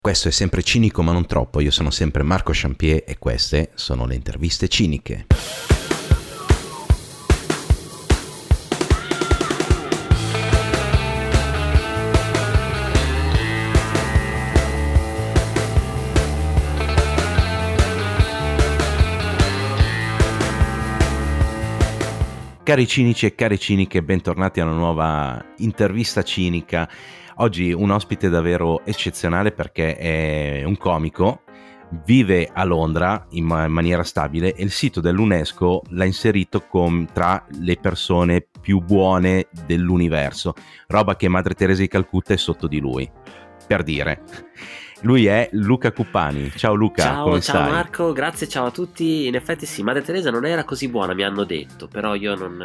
Questo è sempre cinico ma non troppo, io sono sempre Marco Champier e queste sono le interviste ciniche. Cari cinici e cari ciniche, bentornati a una nuova intervista cinica. Oggi un ospite davvero eccezionale perché è un comico, vive a Londra in maniera stabile e il sito dell'UNESCO l'ha inserito tra le persone più buone dell'universo, roba che Madre Teresa di Calcutta è sotto di lui, per dire. Lui è Luca Cuppani. Ciao Luca, come stai? Ciao Marco, grazie, ciao a tutti. In effetti sì, Madre Teresa non era così buona, mi hanno detto, però io non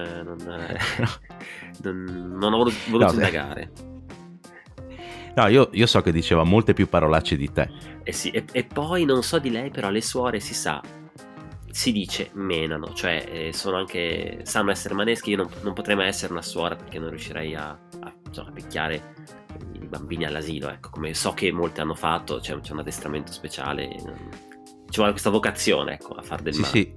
ho voluto indagare. No, io so che diceva molte più parolacce di te. Sì, e poi non so di lei, però le suore si dice menano, cioè sanno essere manesche. Io non potrei mai essere una suora perché non riuscirei a picchiare i bambini all'asilo, ecco, come so che molti hanno fatto, c'è un addestramento speciale, ci vuole questa vocazione, ecco, a far del male.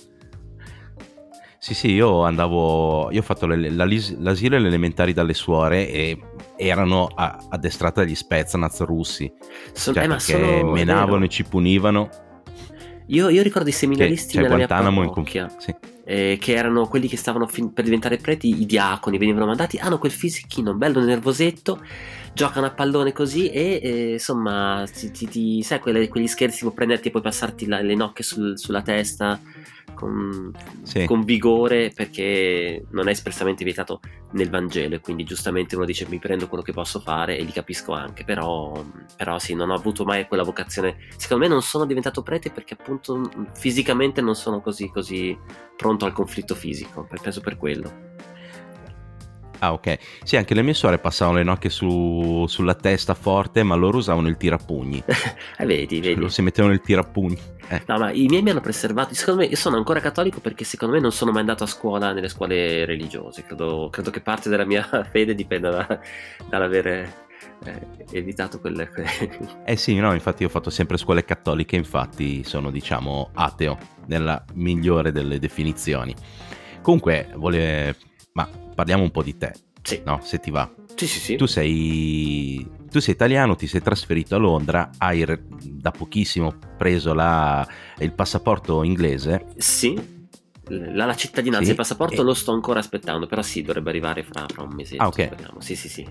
Sì, io ho fatto l'asilo e le elementari dalle suore e erano addestrate dagli Spetsnaz russi, perché menavano e ci punivano. Io ricordo i seminaristi nella Guantanamo mia parrocchia, che erano quelli che stavano per diventare preti, i diaconi venivano mandati, hanno quel fisichino bello nervosetto, giocano a pallone così e insomma sai quegli scherzi, tipo prenderti e poi passarti le nocche sulla testa con vigore, perché non è espressamente vietato nel Vangelo e quindi giustamente uno dice mi prendo quello che posso fare e li capisco anche, però sì, non ho avuto mai quella vocazione. Secondo me non sono diventato prete perché appunto fisicamente non sono così pronto al conflitto fisico, penso per quello. Ah, ok. Sì, anche le mie suore passavano le nocche sulla testa forte, ma loro usavano il tirapugni. Vedi. Lo si mettevano il tirapugni. No, ma i miei mi hanno preservato. Secondo me, io sono ancora cattolico perché secondo me non sono mai andato a scuola nelle scuole religiose. Credo che parte della mia fede dipenda dall'avere evitato quelle. Sì, no, infatti io ho fatto sempre scuole cattoliche, infatti sono, diciamo, ateo, nella migliore delle definizioni. Comunque, ma parliamo un po' di te, sì. No? Se ti va. Sì. Tu sei italiano, ti sei trasferito a Londra, hai da pochissimo preso il passaporto inglese. Sì, la cittadinanza, sì. Il passaporto lo sto ancora aspettando, però sì, dovrebbe arrivare fra un mesetto. Ah, ok. Speriamo. Sì.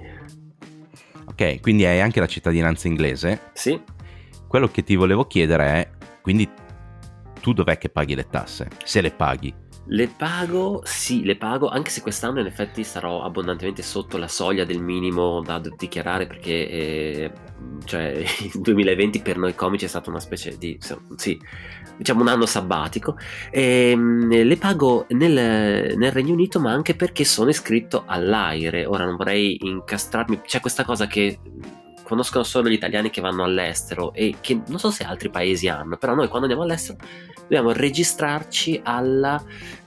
Ok, quindi hai anche la cittadinanza inglese? Sì. Quello che ti volevo chiedere è, quindi tu dov'è che paghi le tasse? Se le paghi? Le pago, anche se quest'anno in effetti sarò abbondantemente sotto la soglia del minimo da dichiarare, perché il 2020 per noi comici è stato una specie di, sì, diciamo un anno sabbatico. Le pago nel Regno Unito, ma anche perché sono iscritto all'AIRE. Ora non vorrei incastrarmi, c'è questa cosa che conoscono solo gli italiani che vanno all'estero e che non so se altri paesi hanno, però noi quando andiamo all'estero dobbiamo registrarci alla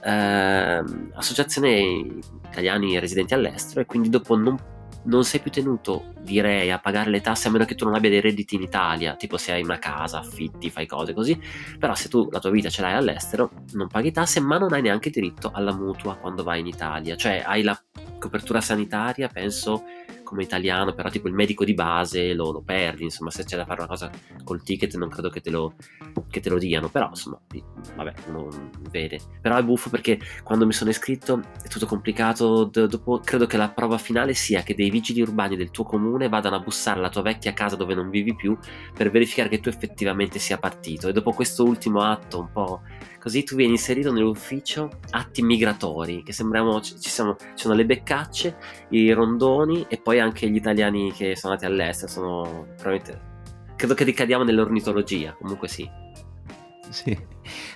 associazione italiani residenti all'estero, e quindi dopo non sei più tenuto, direi, a pagare le tasse, a meno che tu non abbia dei redditi in Italia, tipo se hai una casa, affitti, fai cose così. Però se tu la tua vita ce l'hai all'estero non paghi tasse, ma non hai neanche diritto alla mutua quando vai in Italia, cioè hai la copertura sanitaria, penso, come italiano, però tipo il medico di base lo perdi, insomma, se c'è da fare una cosa col ticket non credo che te lo diano, però insomma, vabbè, uno vede. Però è buffo perché quando mi sono iscritto è tutto complicato, dopo credo che la prova finale sia che dei vigili urbani del tuo comune vadano a bussare alla tua vecchia casa dove non vivi più per verificare che tu effettivamente sia partito, e dopo questo ultimo atto un po' così tu vieni inserito nell'ufficio atti migratori, che sembriamo ci sono le beccacce, i rondoni e poi anche gli italiani che sono andati all'estero. Sono probabilmente, credo che ricadiamo nell'ornitologia, comunque sì.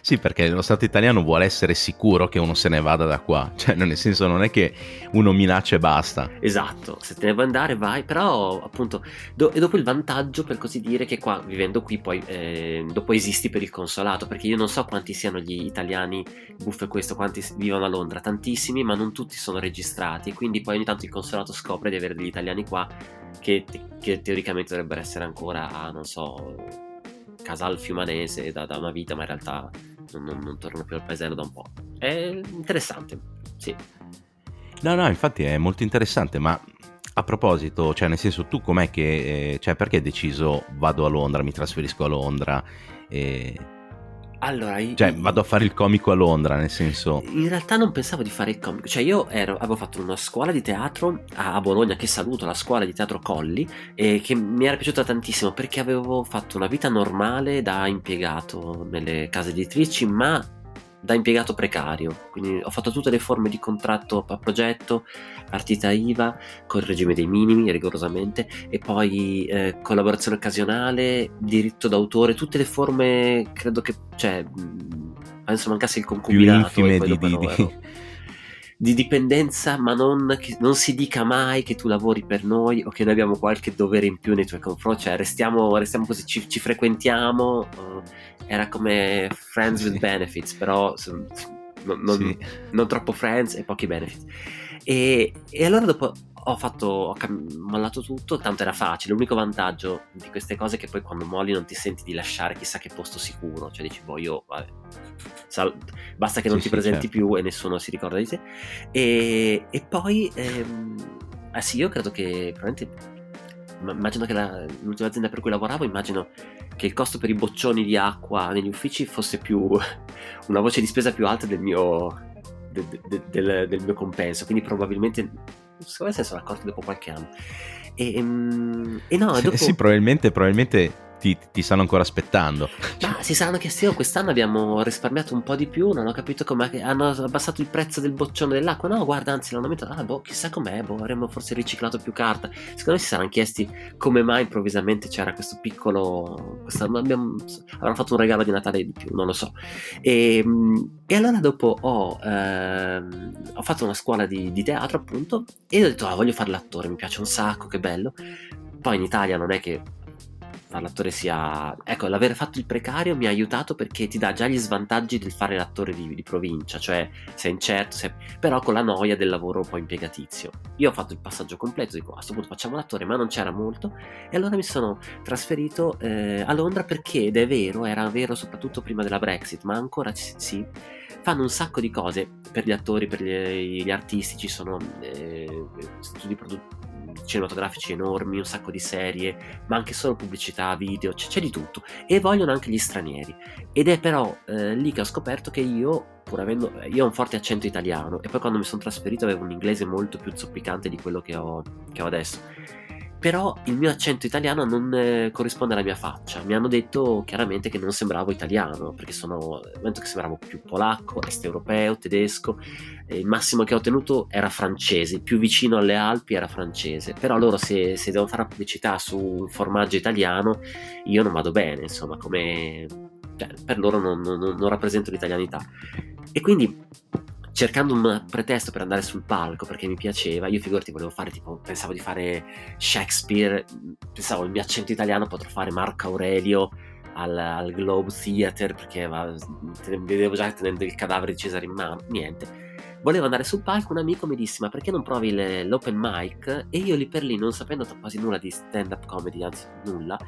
Sì, perché lo Stato italiano vuole essere sicuro che uno se ne vada da qua, cioè nel senso non è che uno minaccia e basta. Esatto, se te ne vuoi andare vai, però appunto e dopo il vantaggio, per così dire, che qua vivendo qui poi dopo esisti per il consolato, perché io non so quanti siano gli italiani, buffo è questo, quanti vivono a Londra, tantissimi, ma non tutti sono registrati, quindi poi ogni tanto il consolato scopre di avere degli italiani qua che teoricamente dovrebbero essere ancora a, non so, Casal Fiumanese da una vita, ma in realtà non tornano più al paesello da un po'. È interessante, sì. No, infatti è molto interessante, ma a proposito, cioè nel senso tu com'è che, cioè perché hai deciso vado a Londra, mi trasferisco a Londra, e... Allora, cioè vado a fare il comico a Londra, nel senso... in realtà non pensavo di fare il comico, cioè io avevo fatto una scuola di teatro a Bologna, che saluto, la scuola di teatro Colli, e che mi era piaciuta tantissimo perché avevo fatto una vita normale da impiegato nelle case editrici, ma da impiegato precario, quindi ho fatto tutte le forme di contratto a progetto, partita IVA, con il regime dei minimi rigorosamente, e poi collaborazione occasionale, diritto d'autore, tutte le forme, credo che, cioè, penso mancasse il più concubinato, e infime poi dopo di dipendenza, ma non si dica mai che tu lavori per noi o che noi abbiamo qualche dovere in più nei tuoi confronti, cioè restiamo così, ci frequentiamo, era come Friends with Benefits, però Sì. non troppo Friends e pochi Benefits. E allora dopo ho mollato tutto, tanto era facile. L'unico vantaggio di queste cose è che poi quando molli non ti senti di lasciare chissà che posto sicuro, cioè dici boh, io vabbè, basta che non ti presenti certo. più e nessuno si ricorda di te. E poi sì, io credo che probabilmente, immagino che l'ultima azienda per cui lavoravo, immagino che il costo per i boccioni di acqua negli uffici fosse più una voce di spesa più alta del mio del mio compenso, quindi probabilmente secondo me se ne sono accorti dopo qualche anno. E no, dopo... Sì, probabilmente ti stanno ancora aspettando. Ma si saranno chiesti, quest'anno abbiamo risparmiato un po' di più, non ho capito come hanno abbassato il prezzo del boccione dell'acqua. No, guarda, anzi l'hanno aumentato. Chissà com'è, avremmo forse riciclato più carta. Secondo me si saranno chiesti come mai improvvisamente c'era questo piccolo... avranno fatto un regalo di Natale di più, non lo so. E allora dopo ho fatto una scuola di teatro, appunto, e ho detto, voglio fare l'attore, mi piace un sacco, che bello. Poi in Italia non è che fare l'attore sia... Ecco, l'aver fatto il precario mi ha aiutato perché ti dà già gli svantaggi del fare l'attore di provincia, cioè sei incerto, però con la noia del lavoro un po' impiegatizio. Io ho fatto il passaggio completo, dico a questo punto facciamo l'attore, ma non c'era molto, e allora mi sono trasferito a Londra perché, ed è vero, era vero soprattutto prima della Brexit, ma ancora sì, fanno un sacco di cose per gli attori, per gli artisti, ci sono studi cinematografici enormi, un sacco di serie, ma anche solo pubblicità, video, c'è di tutto, e vogliono anche gli stranieri. Ed è però lì che ho scoperto che io, pur avendo io ho un forte accento italiano, e poi quando mi sono trasferito avevo un inglese molto più zoppicante di quello che ho adesso, però il mio accento italiano non corrisponde alla mia faccia. Mi hanno detto chiaramente che non sembravo italiano, perché sono momento che sembravo più polacco, est europeo, tedesco. Il massimo che ho ottenuto era francese, più vicino alle Alpi era francese, però loro se devo fare la pubblicità su un formaggio italiano io non vado bene, insomma, come... Cioè, per loro non rappresento l'italianità. E quindi, cercando un pretesto per andare sul palco perché mi piaceva, io figurati volevo fare pensavo di fare Shakespeare, pensavo il mio accento italiano potrò fare Marco Aurelio al Globe Theatre, perché vedevo già tenendo il cadavere di Cesare in mano, niente. Volevo andare sul palco, un amico mi disse ma perché non provi l'open mic, e io lì per lì, non sapendo quasi nulla di stand up comedy, anzi nulla,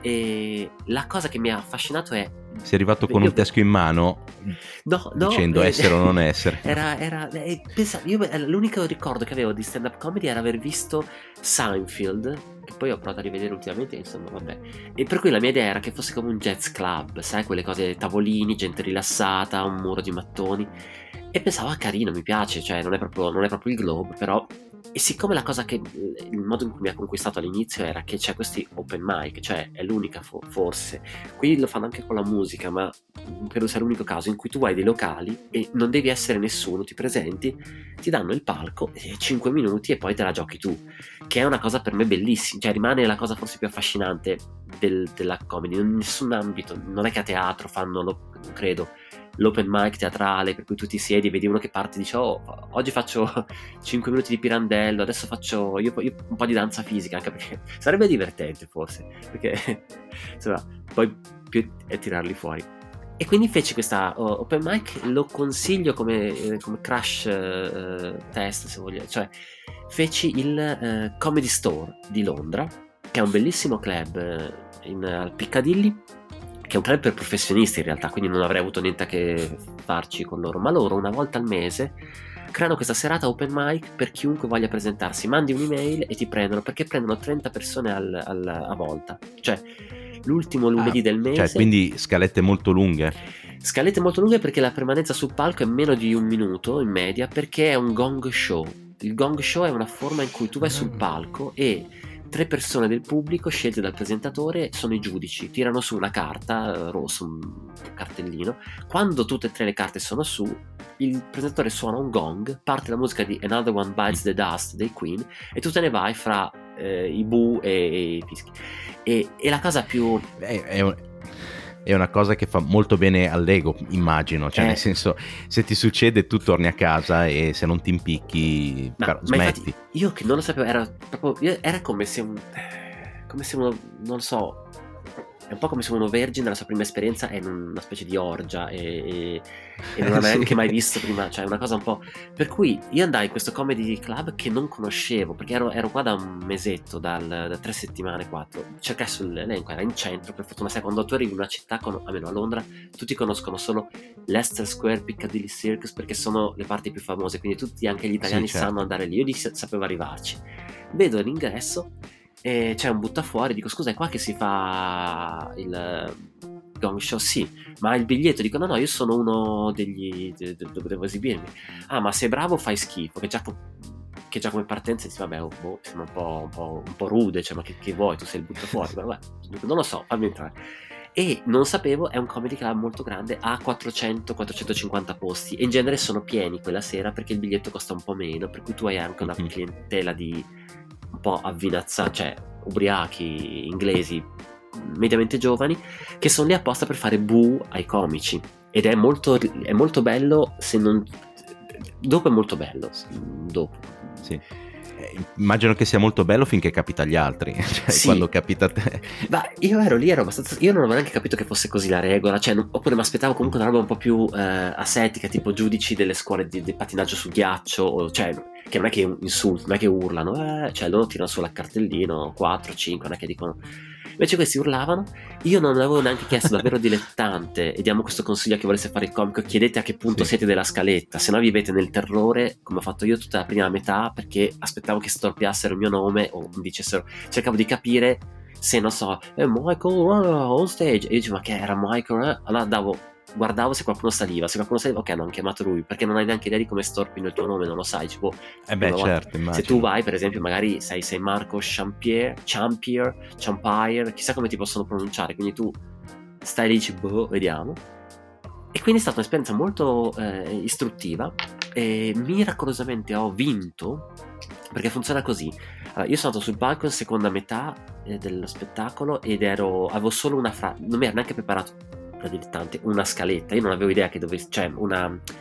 e la cosa che mi ha affascinato è... Sei arrivato con un teschio in mano dicendo essere o non essere. L'unico ricordo che avevo di stand up comedy era aver visto Seinfeld, che poi ho provato a rivedere ultimamente, insomma vabbè, e per cui la mia idea era che fosse come un jazz club, sai, quelle cose, tavolini, gente rilassata, un muro di mattoni, e pensavo carino, mi piace, cioè non è proprio il Globe, però... E siccome la cosa il modo in cui mi ha conquistato all'inizio era che c'è questi open mic, cioè è l'unica forse, qui lo fanno anche con la musica, ma credo sia l'unico caso in cui tu hai dei locali e non devi essere nessuno, ti presenti, ti danno il palco, 5 minuti e poi te la giochi tu, che è una cosa per me bellissima, cioè rimane la cosa forse più affascinante della comedy, in nessun ambito, non è che a teatro fanno, credo, l'open mic teatrale, per cui tu ti siedi e vedi uno che parte e dice oh, oggi faccio 5 minuti di pirandello, adesso faccio io un po' di danza fisica, anche perché sarebbe divertente forse, perché insomma, poi più è tirarli fuori. E quindi feci questa open mic, lo consiglio come crash test, se vogliamo, cioè feci il Comedy Store di Londra, che è un bellissimo club al Piccadilly, che è un club per professionisti in realtà, quindi non avrei avuto niente a che farci con loro, ma loro una volta al mese creano questa serata open mic per chiunque voglia presentarsi, mandi un'email e ti prendono, perché prendono 30 persone a volta, cioè l'ultimo lunedì del mese. Cioè, quindi scalette molto lunghe? Scalette molto lunghe perché la permanenza sul palco è meno di 1 minuto in media, perché è un gong show. Il gong show è una forma in cui tu vai sul palco e 3 persone del pubblico scelte dal presentatore sono i giudici, tirano su una carta rossa, un cartellino. Quando tutte e 3 le carte sono su, il presentatore suona un gong, parte la musica di Another One Bites the Dust dei Queen e tu te ne vai fra i bu e i fischi. E la cosa più... È una cosa che fa molto bene all'ego, immagino, cioè nel senso, se ti succede tu torni a casa e se non ti impicchi smetti. Infatti, io che non lo sapevo, era come se uno, non lo so, è un po' come se uno vergine alla sua prima esperienza è in una specie di orgia e non ha neanche mai visto prima, cioè una cosa un po'... Per cui io andai in questo comedy club che non conoscevo, perché ero qua da un mesetto, da 3 settimane, 4, cercai sull'elenco, era in centro, per fortuna sai, quando tu arrivi in una città, almeno a Londra, tutti conoscono solo Leicester Square, Piccadilly Circus, perché sono le parti più famose, quindi tutti, anche gli italiani, sì, certo, sanno andare lì. Io sapevo arrivarci, vedo l'ingresso e c'è un buttafuori, dico scusa, è qua che si fa il gong show? Sì, ma il biglietto? Dico no, io sono uno degli dove devo esibirmi. Ah, ma sei bravo, fai schifo, che già come partenza dici vabbè, sembra un po' rude, cioè ma che vuoi, tu sei il buttafuori, ma vabbè, non lo so, fammi entrare. E non sapevo, è un comedy club molto grande, ha 400-450 posti e in genere sono pieni quella sera perché il biglietto costa un po' meno, per cui tu hai anche una clientela di un po' avvinazzata, cioè ubriachi inglesi mediamente giovani che sono lì apposta per fare boo ai comici, ed è molto bello, se non dopo è molto bello, dopo sì. Immagino che sia molto bello finché capita agli altri, cioè sì. Quando capita a te. Ma io ero lì, ero abbastanza, io non avevo neanche capito che fosse così la regola, cioè oppure mi aspettavo comunque una roba un po' più asettica, tipo giudici delle scuole di pattinaggio su ghiaccio, o, cioè che non è che insultano, non è che urlano, cioè loro tirano solo a cartellino 4, 5, non è che dicono. Invece questi urlavano. Io non avevo neanche chiesto, davvero dilettante, e diamo questo consiglio a chi volesse fare il comico: chiedete a che punto siete della scaletta, se no vivete nel terrore, come ho fatto io tutta la prima metà, perché aspettavo che storpiassero il mio nome o mi dicessero, cercavo di capire se, non so, Michael on stage, e io dicevo ma che era Michael, allora guardavo se qualcuno saliva, ok, non hanno chiamato lui, perché non hai neanche idea di come storpino il tuo nome, non lo sai, tipo certo, immagino. Se tu vai, per esempio, magari sei Marco Champier, chissà come ti possono pronunciare, quindi tu stai lì, dici vediamo. E quindi è stata un'esperienza molto istruttiva, e miracolosamente ho vinto, perché funziona così. Allora, io sono andato sul palco in seconda metà dello spettacolo ed avevo solo una frase, non mi ero neanche preparato da dilettante, una scaletta, io non avevo idea che dovessi, cioè un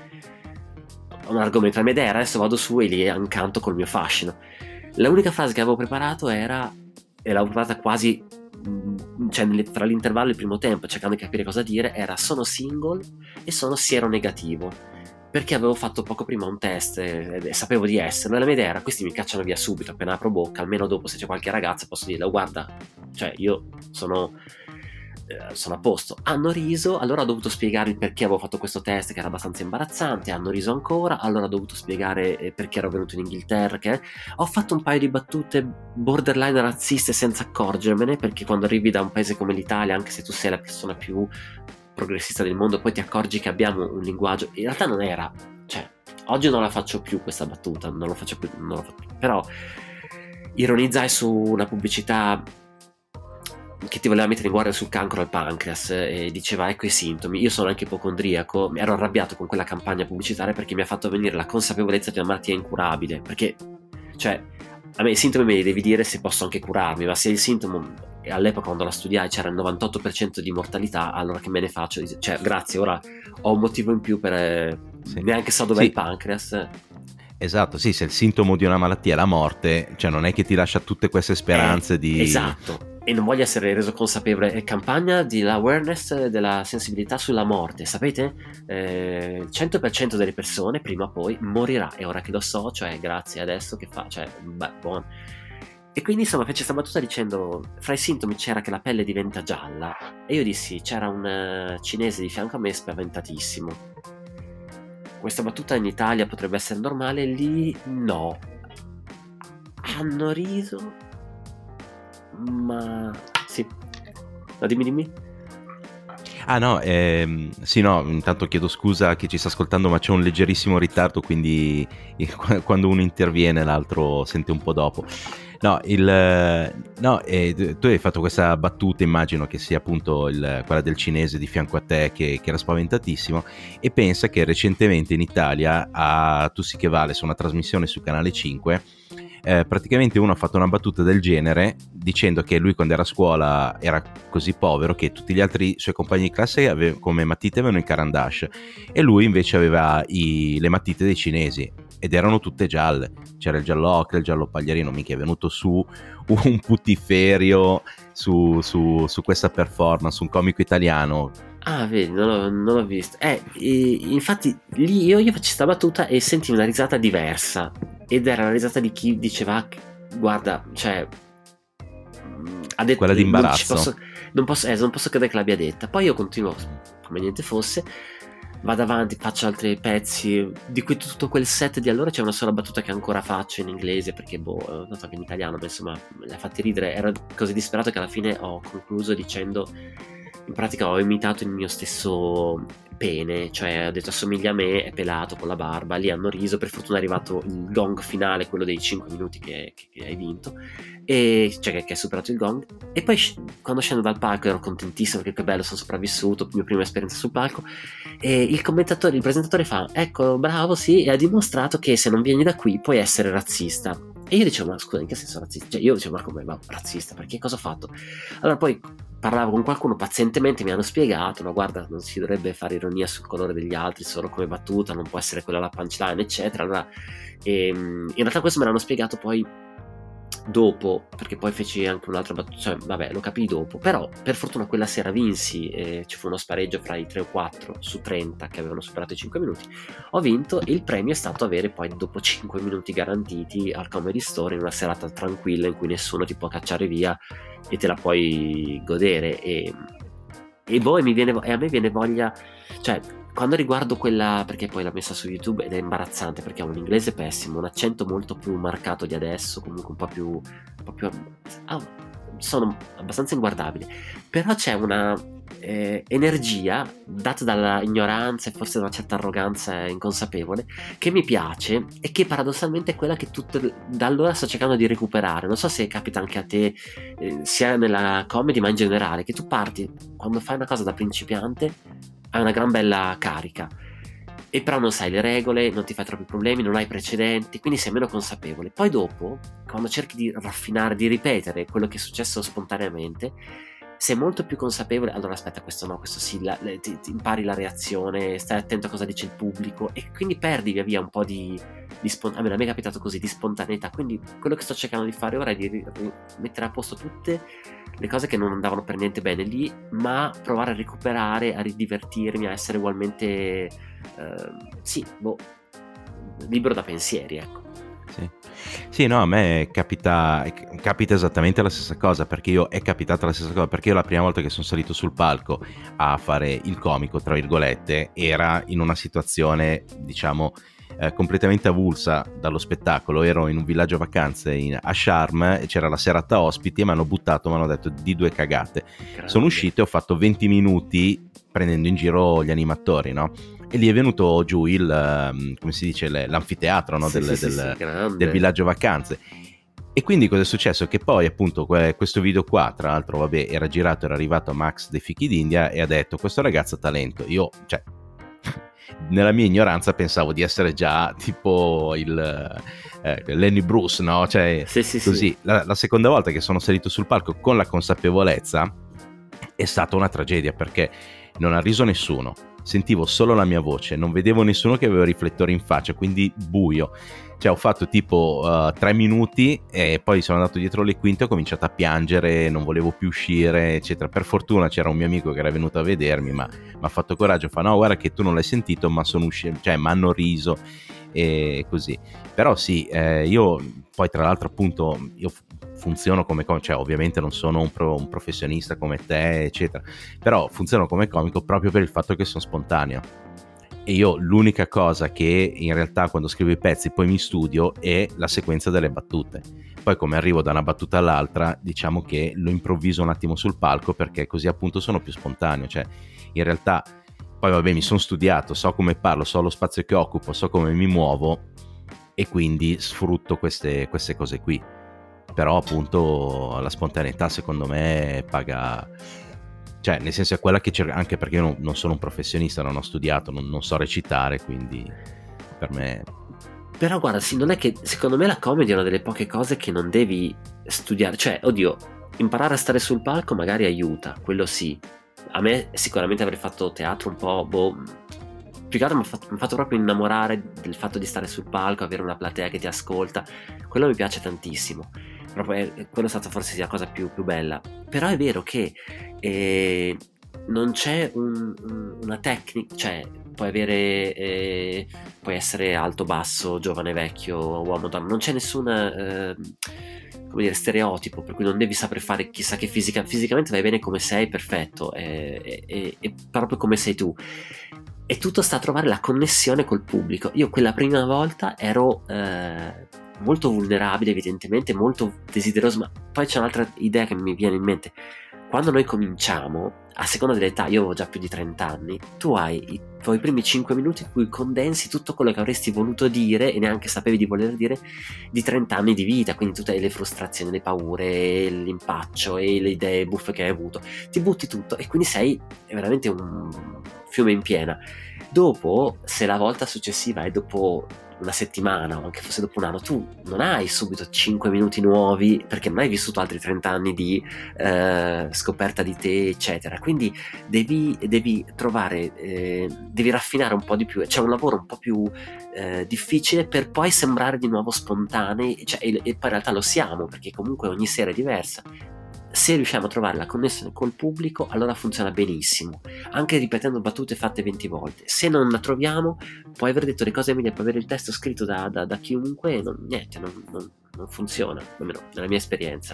argomento. La mia idea era adesso vado su e li incanto col mio fascino. L'unica frase che avevo preparato era, e l'avevo preparata quasi, cioè fra l'intervallo e il primo tempo, cercando di capire cosa dire, era sono single e sono sieronegativo, perché avevo fatto poco prima un test e sapevo di esserlo, e la mia idea era: questi mi cacciano via subito appena apro bocca, almeno dopo se c'è qualche ragazza posso dirle guarda, cioè io sono a posto. Hanno riso, allora ho dovuto spiegare il perché avevo fatto questo test che era abbastanza imbarazzante, hanno riso ancora, allora ho dovuto spiegare perché ero venuto in Inghilterra, ho fatto un paio di battute borderline razziste senza accorgermene, perché quando arrivi da un paese come l'Italia, anche se tu sei la persona più progressista del mondo, poi ti accorgi che abbiamo un linguaggio, in realtà non era, cioè oggi non la faccio più questa battuta, non lo faccio più, però ironizzai su una pubblicità che ti voleva mettere in guardia sul cancro al pancreas e diceva ecco i sintomi. Io sono anche ipocondriaco, ero arrabbiato con quella campagna pubblicitaria perché mi ha fatto venire la consapevolezza di una malattia incurabile, perché cioè a me i sintomi me li devi dire se posso anche curarmi, ma se il sintomo e all'epoca quando la studiai c'era il 98% di mortalità, allora che me ne faccio? Cioè, grazie, ora ho un motivo in più per... Sì. neanche so dov'è Sì. il pancreas. Esatto, sì, se il sintomo di una malattia è la morte, cioè non è che ti lascia tutte queste speranze di... Esatto, e non voglio essere reso consapevole. È campagna dell'awareness, della sensibilità sulla morte, sapete? Il 100% delle persone prima o poi morirà, e ora che lo so, cioè grazie adesso che fa, cioè, beh, buono. E quindi insomma fece questa battuta dicendo, fra i sintomi c'era che la pelle diventa gialla, e io dissi, c'era un cinese di fianco a me spaventatissimo. Questa battuta in Italia potrebbe essere normale, lì no. Hanno riso, ma sì. No, dimmi. Ah no, sì no, intanto chiedo scusa a chi ci sta ascoltando, ma c'è un leggerissimo ritardo, quindi quando uno interviene l'altro sente un po' dopo. No, tu hai fatto questa battuta, immagino che sia appunto quella del cinese di fianco a te che era spaventatissimo, e pensa che recentemente in Italia a Tu sì che vale, su una trasmissione su Canale 5, praticamente uno ha fatto una battuta del genere dicendo che lui quando era a scuola era così povero che tutti gli altri suoi compagni di classe come matite avevano il carandash, e lui invece aveva le matite dei cinesi ed erano tutte gialle. C'era il giallo ocre, il giallo pagliarino. Mica è venuto su un putiferio su questa performance, un comico italiano. Ah, vedi, non l'ho visto. Infatti lì io faccio questa battuta e sentivo una risata diversa, ed era la risata di chi diceva, guarda, cioè ha detto, Quella di imbarazzo. non posso credere che l'abbia detta. Poi io continuo come niente fosse, vado avanti, faccio altri pezzi di cui tutto quel set di allora. C'è una sola battuta che ancora faccio in inglese perché non so che in italiano, ma insomma le ha fatti ridere. Ero così disperato che alla fine ho concluso dicendo, in pratica ho imitato il mio stesso pene, cioè ho detto assomiglia a me, è pelato con la barba. Lì hanno riso, per fortuna è arrivato il gong finale, quello dei 5 minuti che hai vinto, e cioè che hai superato il gong. E poi quando scendo dal palco ero contentissimo perché che bello, sono sopravvissuto, mia prima esperienza sul palco. E il presentatore fa, ecco, bravo, sì, e ha dimostrato che se non vieni da qui puoi essere razzista. E io dicevo, ma scusa, in che senso razzista? Cioè io dicevo, ma come, ma razzista, perché cosa ho fatto? Allora poi parlavo con qualcuno, pazientemente mi hanno spiegato, ma guarda, non si dovrebbe fare ironia sul colore degli altri solo come battuta, non può essere quella la punchline, eccetera. Allora, in realtà questo me l'hanno spiegato poi dopo, perché poi feci anche un'altra battuta, cioè vabbè, lo capii dopo. Però per fortuna quella sera vinsi, ci fu uno spareggio fra i 3 o 4 su 30 che avevano superato i 5 minuti. Ho vinto, e il premio è stato avere poi dopo 5 minuti garantiti al Comedy Store, in una serata tranquilla in cui nessuno ti può cacciare via e te la puoi godere. E a me viene voglia, cioè quando riguardo quella, perché poi l'ho messa su YouTube ed è imbarazzante perché ha un inglese pessimo, un accento molto più marcato di adesso, comunque un po' più sono abbastanza inguardabili, però c'è una energia data dalla ignoranza e forse da una certa arroganza inconsapevole che mi piace, e che paradossalmente è quella che da allora sto cercando di recuperare. Non so se capita anche a te, sia nella comedy ma in generale, che tu parti, quando fai una cosa da principiante hai una gran bella carica, e però non sai le regole, non ti fai troppi problemi, non hai precedenti, quindi sei meno consapevole. Poi dopo, quando cerchi di raffinare, di ripetere quello che è successo spontaneamente, sei molto più consapevole. Allora aspetta, questo no, questo sì, ti impari la reazione, stai attento a cosa dice il pubblico, e quindi perdi via via un po' di spontaneità. A me è capitato così, di spontaneità. Quindi quello che sto cercando di fare ora è di mettere a posto tutte le cose che non andavano per niente bene lì, ma provare a recuperare, a ridivertirmi, a essere ugualmente libero da pensieri, ecco. Sì, no, a me capita esattamente la stessa cosa, perché è capitata la stessa cosa, perché io la prima volta che sono salito sul palco a fare il comico, tra virgolette, era in una situazione, diciamo, completamente avulsa dallo spettacolo. Ero in un villaggio vacanze a Sharm e c'era la serata ospiti e mi hanno detto di 2 cagate. Grande. Sono uscito e ho fatto 20 minuti prendendo in giro gli animatori, no? E lì è venuto giù come si dice, l'anfiteatro, no? Del villaggio vacanze. E quindi cosa è successo? Che poi appunto questo video qua, tra l'altro, vabbè, era girato, era arrivato a Max dei Fichi d'India e ha detto: questo ragazzo ha talento. Io, cioè, nella mia ignoranza pensavo di essere già tipo Lenny Bruce, no? Cioè, Sì, sì, così. sì. La seconda volta che sono salito sul palco con la consapevolezza è stata una tragedia, perché non ha riso nessuno, sentivo solo la mia voce, non vedevo nessuno che aveva riflettori in faccia, quindi buio. Cioè ho fatto tipo 3 minuti e poi sono andato dietro le quinte, ho cominciato a piangere, non volevo più uscire, eccetera. Per fortuna c'era un mio amico che era venuto a vedermi, ma mi ha fatto coraggio, fa no, guarda che tu non l'hai sentito, ma sono uscito, cioè mi hanno riso e così. Però sì, io poi tra l'altro appunto io funziono come comico, cioè ovviamente non sono un professionista come te, eccetera, però funziono come comico proprio per il fatto che sono spontaneo. E io l'unica cosa che in realtà quando scrivo i pezzi poi mi studio è la sequenza delle battute. Poi come arrivo da una battuta all'altra, diciamo che lo improvviso un attimo sul palco, perché così appunto sono più spontaneo. Cioè in realtà poi vabbè, mi sono studiato, so come parlo, so lo spazio che occupo, so come mi muovo e quindi sfrutto queste cose qui. Però appunto la spontaneità secondo me paga, cioè nel senso è quella che cerco, anche perché io non sono un professionista, non ho studiato, non so recitare, quindi per me... Però guarda, sì, non è che secondo me la comedy è una delle poche cose che non devi studiare. Cioè, oddio, imparare a stare sul palco magari aiuta, quello sì. A me sicuramente avrei fatto teatro un po', più che altro mi ha fatto proprio innamorare del fatto di stare sul palco, avere una platea che ti ascolta. Quello mi piace tantissimo. Proprio quello è stata forse la cosa più bella. Però è vero che non c'è una tecnica, cioè puoi avere puoi essere alto, basso, giovane, vecchio, uomo, donna, non c'è nessun come dire, stereotipo, per cui non devi saper fare chissà che fisicamente vai bene come sei, perfetto, è proprio come sei tu. E tutto sta a trovare la connessione col pubblico. Io quella prima volta ero molto vulnerabile, evidentemente, molto desideroso, ma poi c'è un'altra idea che mi viene in mente. Quando noi cominciamo, a seconda dell'età, io avevo già più di 30 anni, tu hai i tuoi primi 5 minuti in cui condensi tutto quello che avresti voluto dire e neanche sapevi di voler dire di 30 anni di vita, quindi tutte le frustrazioni, le paure, l'impaccio e le idee buffe che hai avuto, ti butti tutto e quindi sei veramente un fiume in piena. Dopo, se la volta successiva è dopo una settimana o anche fosse dopo un anno, tu non hai subito 5 minuti nuovi perché non hai vissuto altri 30 anni di scoperta di te, eccetera. Quindi devi trovare, devi raffinare un po' di più. C'è un lavoro un po' più difficile per poi sembrare di nuovo spontanei, cioè, e poi in realtà lo siamo, perché comunque ogni sera è diversa. Se riusciamo a trovare la connessione col pubblico, allora funziona benissimo, anche ripetendo battute fatte 20 volte. Se non la troviamo, puoi aver detto le cose meglio, puoi avere il testo scritto da chiunque, non funziona, almeno nella mia esperienza.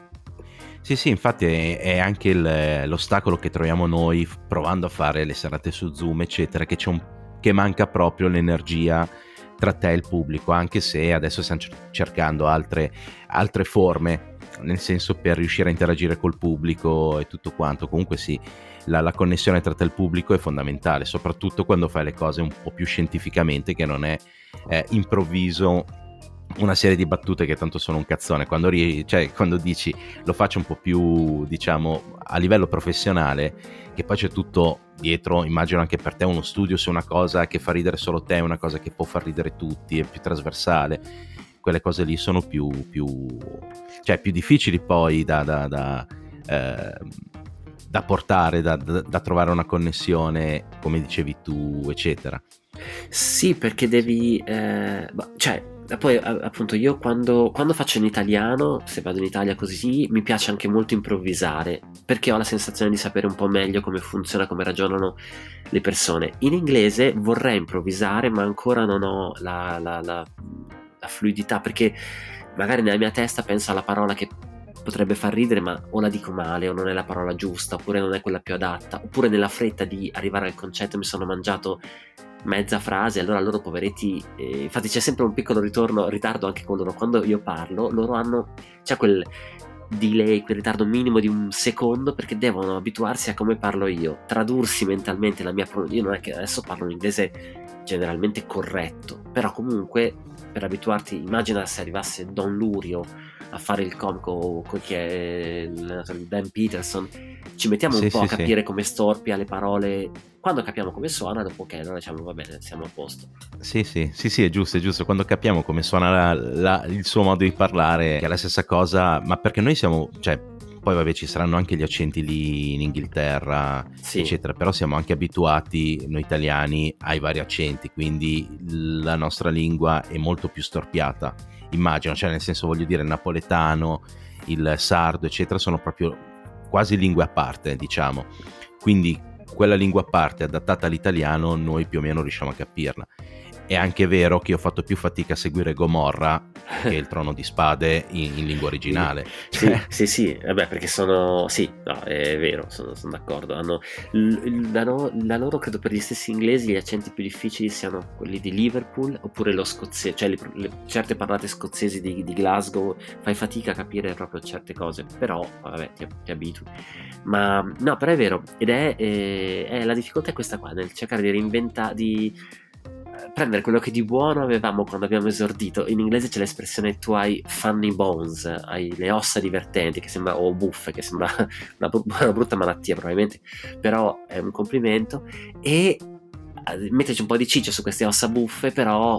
Sì, infatti è anche l'ostacolo che troviamo noi provando a fare le serate su Zoom, eccetera, che manca proprio l'energia tra te e il pubblico, anche se adesso stiamo cercando altre forme, nel senso, per riuscire a interagire col pubblico e tutto quanto. Comunque sì, la connessione tra te e il pubblico è fondamentale, soprattutto quando fai le cose un po' più scientificamente, che non è improvviso una serie di battute che tanto sono un cazzone. Quando dici lo faccio un po' più, diciamo, a livello professionale, che poi c'è tutto dietro, immagino anche per te uno studio su una cosa che fa ridere solo te, una cosa che può far ridere tutti, è più trasversale. Quelle cose lì sono più difficili poi da portare, da trovare una connessione, come dicevi tu, eccetera. Sì, perché devi poi appunto io quando faccio in italiano, se vado in Italia così, mi piace anche molto improvvisare, perché ho la sensazione di sapere un po' meglio come funziona, come ragionano le persone. In inglese vorrei improvvisare, ma ancora non ho la fluidità, perché magari nella mia testa penso alla parola che potrebbe far ridere, ma o la dico male, o non è la parola giusta, oppure non è quella più adatta, oppure nella fretta di arrivare al concetto mi sono mangiato mezza frase, allora loro poveretti, infatti c'è sempre un piccolo ritardo anche con loro. Quando io parlo, c'è quel delay, quel ritardo minimo di un secondo, perché devono abituarsi a come parlo io, tradursi mentalmente la mia pronuncia. Io non è che adesso parlo un inglese generalmente corretto, però comunque per abituarti, immagina se arrivasse Don Lurio a fare il comico che è Dan Peterson, ci mettiamo un po' a capire come storpia le parole. Quando capiamo come suona, dopo ok, allora diciamo va bene, siamo a posto. Sì, è giusto. Quando capiamo come suona il suo modo di parlare, che è la stessa cosa, ma perché noi siamo, cioè, poi vabbè ci saranno anche gli accenti lì in Inghilterra, eccetera, però siamo anche abituati, noi italiani, ai vari accenti, quindi la nostra lingua è molto più storpiata, immagino, cioè nel senso, voglio dire, il napoletano, il sardo, eccetera, sono proprio quasi lingue a parte, diciamo, quindi quella lingua a parte adattata all'italiano noi più o meno riusciamo a capirla. È anche vero che io ho fatto più fatica a seguire Gomorra che il Trono di Spade in lingua originale. Sì, vabbè, perché sono... Sì, no, è vero, sono d'accordo. Hanno la loro, credo per gli stessi inglesi, gli accenti più difficili siano quelli di Liverpool oppure lo scozzese, cioè certe parlate scozzesi di Glasgow, fai fatica a capire proprio certe cose, però, vabbè, ti abitui. Ma, no, però è vero, ed è la difficoltà è questa qua, nel cercare di reinventare, di prendere quello che di buono avevamo quando abbiamo esordito. In inglese c'è l'espressione tu hai funny bones, hai le ossa divertenti, che sembra, o buffe, che sembra una brutta malattia probabilmente, però è un complimento, e metterci un po' di ciccia su queste ossa buffe, però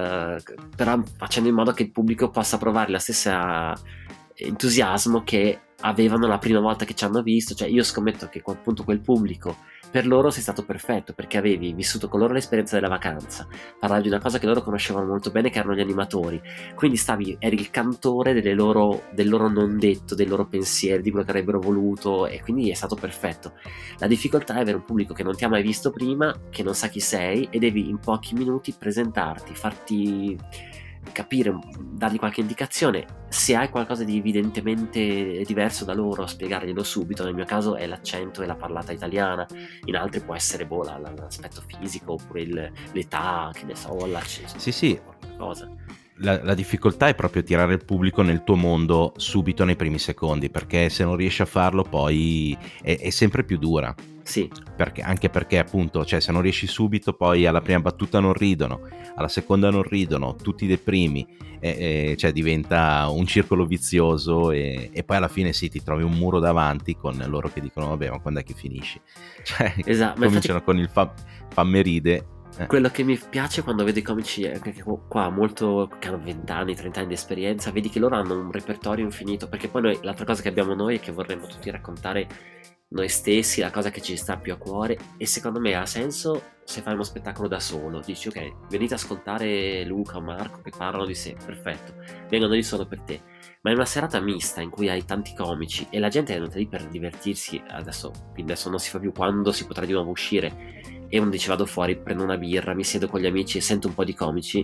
facendo in modo che il pubblico possa provare la stessa entusiasmo che avevano la prima volta che ci hanno visto. Cioè io scommetto che appunto quel pubblico per loro sei stato perfetto, perché avevi vissuto con loro l'esperienza della vacanza, parlavi di una cosa che loro conoscevano molto bene, che erano gli animatori, quindi eri il cantore del loro non detto, dei loro pensieri, di quello che avrebbero voluto, e quindi è stato perfetto. La difficoltà è avere un pubblico che non ti ha mai visto prima, che non sa chi sei, e devi in pochi minuti presentarti, farti capire, dargli qualche indicazione. Se hai qualcosa di evidentemente diverso da loro, spiegarglielo subito. Nel mio caso è l'accento e la parlata italiana, in altri può essere l'aspetto fisico, oppure l'età, che ne so, l'accento. Sì. Cosa. La difficoltà è proprio tirare il pubblico nel tuo mondo subito nei primi secondi, perché se non riesci a farlo poi è sempre più dura. Sì. Anche perché appunto, cioè, se non riesci subito, poi alla prima battuta non ridono, alla seconda non ridono, tutti deprimi, cioè diventa un circolo vizioso, e poi alla fine sì, ti trovi un muro davanti con loro che dicono vabbè, ma quando è che finisci? Cioè, esatto, cominciano con il fammi ride. Quello che mi piace quando vedo i comici qua molto, che hanno 20 anni, 30 anni di esperienza, vedi che loro hanno un repertorio infinito, perché poi l'altra cosa che abbiamo noi è che vorremmo tutti raccontare noi stessi, la cosa che ci sta più a cuore, e secondo me ha senso se fai uno spettacolo da solo. Dici ok, venite ad ascoltare Luca o Marco che parlano di sé, perfetto, vengono lì solo per te. Ma in una serata mista in cui hai tanti comici e la gente è venuta lì per divertirsi, adesso non si fa più, quando si potrà di nuovo uscire e uno dice vado fuori, prendo una birra, mi siedo con gli amici e sento un po' di comici,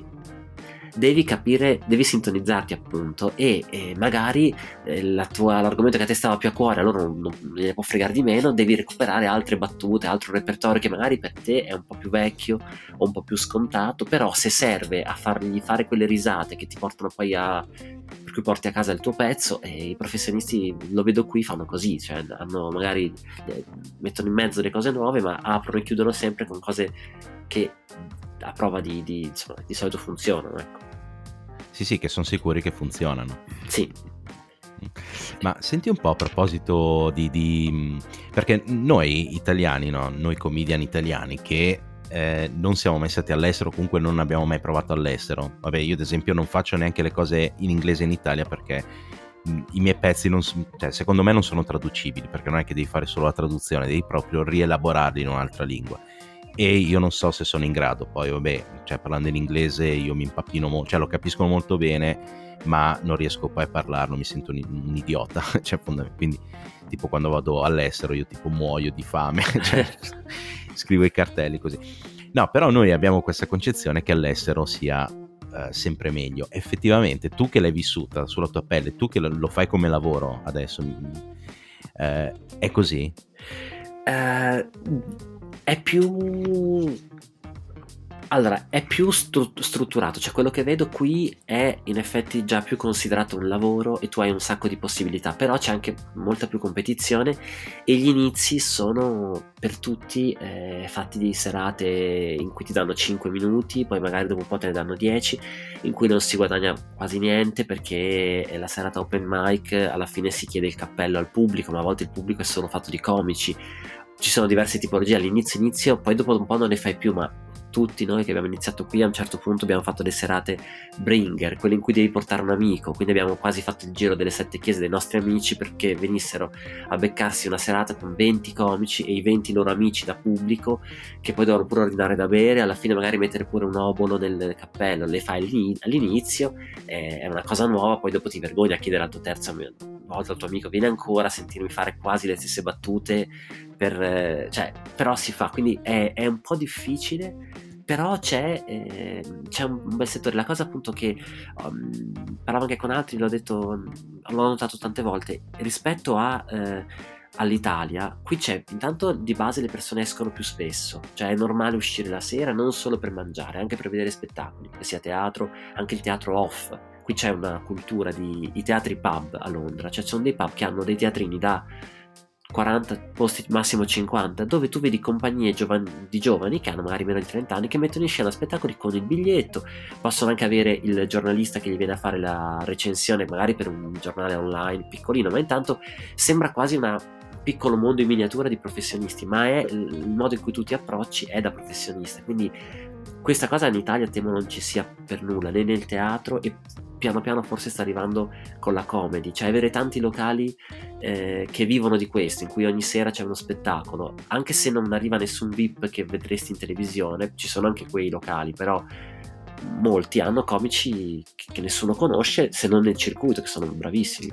devi capire, devi sintonizzarti appunto, e magari l'argomento che a te stava più a cuore, allora non ne può fregare di meno, devi recuperare altre battute, altro repertorio che magari per te è un po' più vecchio o un po' più scontato, però se serve a fargli fare quelle risate che ti portano poi per cui porti a casa il tuo pezzo, e i professionisti, lo vedo qui, fanno così, cioè magari mettono in mezzo le cose nuove, ma aprono e chiudono sempre con cose che a prova di solito funzionano, ecco. Sì, che sono sicuri che funzionano. Sì. Ma senti un po' a proposito perché noi italiani, no? Noi comedian italiani che non siamo mai stati all'estero, comunque non abbiamo mai provato all'estero. Vabbè, io ad esempio non faccio neanche le cose in inglese in Italia, perché i miei pezzi cioè, secondo me non sono traducibili, perché non è che devi fare solo la traduzione, devi proprio rielaborarli in un'altra lingua. E io non so se sono in grado. Poi vabbè, cioè, parlando in inglese io mi impappino molto, cioè lo capisco molto bene, ma non riesco poi a parlarlo, mi sento un idiota, cioè, quindi tipo quando vado all'estero io tipo muoio di fame, cioè, scrivo i cartelli così. No, però noi abbiamo questa concezione che all'estero sia sempre meglio. Effettivamente tu che l'hai vissuta sulla tua pelle, tu che lo fai come lavoro adesso, è così? È più... Allora, è più strutturato, cioè quello che vedo qui è in effetti già più considerato un lavoro e tu hai un sacco di possibilità, però c'è anche molta più competizione e gli inizi sono per tutti fatti di serate in cui ti danno 5 minuti, poi magari dopo un po' te ne danno 10, in cui non si guadagna quasi niente perché è la serata open mic, alla fine si chiede il cappello al pubblico, ma a volte il pubblico è solo fatto di comici. Ci sono diverse tipologie all'inizio, poi dopo un po' non ne fai più, ma tutti noi che abbiamo iniziato qui a un certo punto abbiamo fatto le serate bringer, quelle in cui devi portare un amico, quindi abbiamo quasi fatto il giro delle 7 chiese dei nostri amici perché venissero a beccarsi una serata con 20 comici e i 20 loro amici da pubblico che poi dovevano pure ordinare da bere, alla fine magari mettere pure un obolo nel cappello, le fai all'inizio, è una cosa nuova, poi dopo ti vergogni a chiedere al tuo terzo volta al tuo amico vieni ancora a sentirmi fare quasi le stesse battute però si fa, quindi è un po' difficile, però c'è un bel settore. La cosa appunto che parlavo anche con altri, l'ho notato tante volte rispetto all'Italia, qui c'è intanto di base le persone escono più spesso, cioè è normale uscire la sera non solo per mangiare, anche per vedere spettacoli, che sia teatro, anche il teatro off. Qui c'è una cultura i teatri pub a Londra, cioè ci sono dei pub che hanno dei teatrini da 40 posti, massimo 50, dove tu vedi compagnie di giovani che hanno magari meno di 30 anni che mettono in scena spettacoli con il biglietto, possono anche avere il giornalista che gli viene a fare la recensione magari per un giornale online piccolino, ma intanto sembra quasi un piccolo mondo in miniatura di professionisti, ma è il modo in cui tu ti approcci è da professionista, quindi questa cosa in Italia temo non ci sia per nulla, né nel teatro, e piano piano forse sta arrivando con la comedy, cioè avere tanti locali che vivono di questo, in cui ogni sera c'è uno spettacolo, anche se non arriva nessun VIP che vedresti in televisione, ci sono anche quei locali, però molti hanno comici che nessuno conosce se non nel circuito, che sono bravissimi.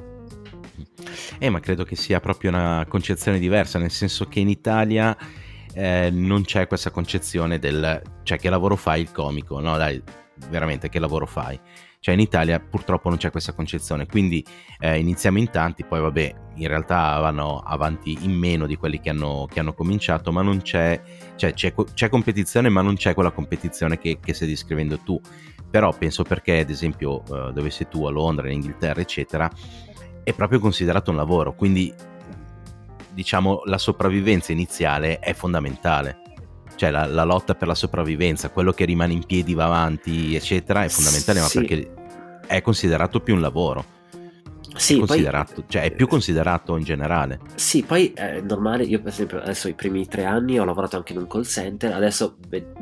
Ma credo che sia proprio una concezione diversa, nel senso che in Italia non c'è questa concezione cioè che lavoro fai il comico, no dai, veramente che lavoro fai? Cioè in Italia purtroppo non c'è questa concezione, quindi iniziamo in tanti, poi vabbè in realtà vanno avanti in meno di quelli che hanno cominciato, ma non c'è competizione, ma non c'è quella competizione che stai descrivendo tu. Però penso perché ad esempio dove sei tu, a Londra, in Inghilterra eccetera, è proprio considerato un lavoro, quindi diciamo la sopravvivenza iniziale è fondamentale, cioè la lotta per la sopravvivenza, quello che rimane in piedi va avanti eccetera è fondamentale, sì. Ma perché è considerato più un lavoro, sì, è considerato, cioè è più considerato in generale. Sì, poi è normale, io per esempio adesso i primi 3 anni ho lavorato anche in un call center, adesso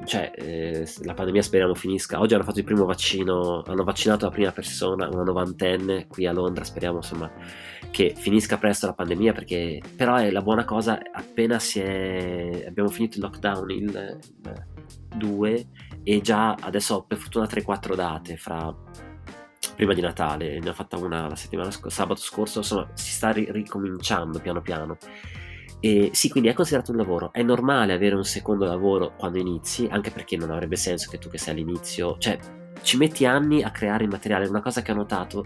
la pandemia speriamo finisca, oggi hanno fatto il primo vaccino, hanno vaccinato la prima persona, una novantenne qui a Londra, speriamo insomma che finisca presto la pandemia, perché però è la buona cosa, appena abbiamo finito il lockdown il 2 e già adesso ho per fortuna 3-4 date prima di Natale, ne ho fatta una la settimana sabato scorso, insomma si sta ricominciando piano piano. E sì, quindi è considerato un lavoro, è normale avere un secondo lavoro quando inizi, anche perché non avrebbe senso che tu che sei all'inizio, cioè ci metti anni a creare il materiale. Una cosa che ho notato,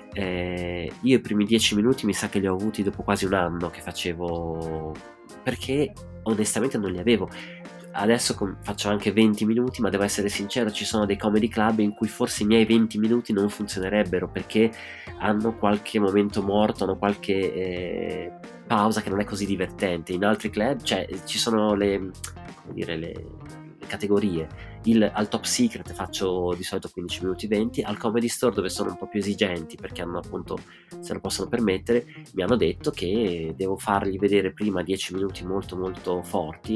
io i primi 10 minuti mi sa che li ho avuti dopo quasi un anno che facevo, perché onestamente non li avevo. Adesso faccio anche 20 minuti, ma devo essere sincero, ci sono dei comedy club in cui forse i miei 20 minuti non funzionerebbero perché hanno qualche momento morto, hanno qualche pausa che non è così divertente. In altri club, cioè, ci sono le categorie. Al Top Secret faccio di solito 15 minuti 20, al Comedy Store, dove sono un po' più esigenti perché hanno appunto, se lo possono permettere, mi hanno detto che devo fargli vedere prima 10 minuti molto molto forti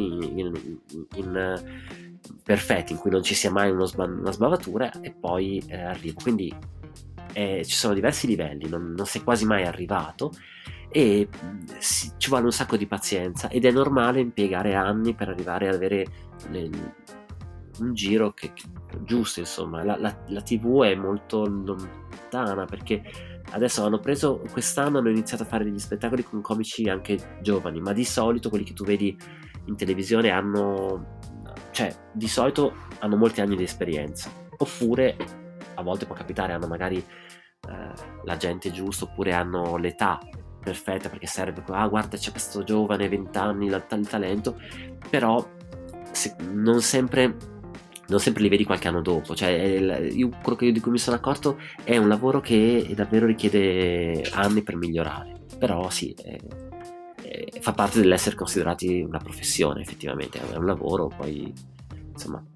in perfetti, in cui non ci sia mai una sbavatura, e poi arrivo. Quindi ci sono diversi livelli, non sei quasi mai arrivato, e ci vuole un sacco di pazienza, ed è normale impiegare anni per arrivare ad avere un giro che giusto, insomma. La TV è molto lontana, perché adesso quest'anno hanno iniziato a fare degli spettacoli con comici anche giovani, ma di solito quelli che tu vedi in televisione di solito hanno molti anni di esperienza, oppure a volte può capitare hanno magari la gente giusta, oppure hanno l'età perfetta perché serve, guarda c'è questo giovane 20 anni, il talento, però non sempre non sempre li vedi qualche anno dopo, cioè io, quello di cui mi sono accorto è un lavoro che davvero richiede anni per migliorare, però sì, fa parte dell'essere considerati una professione, effettivamente, è un lavoro, poi insomma,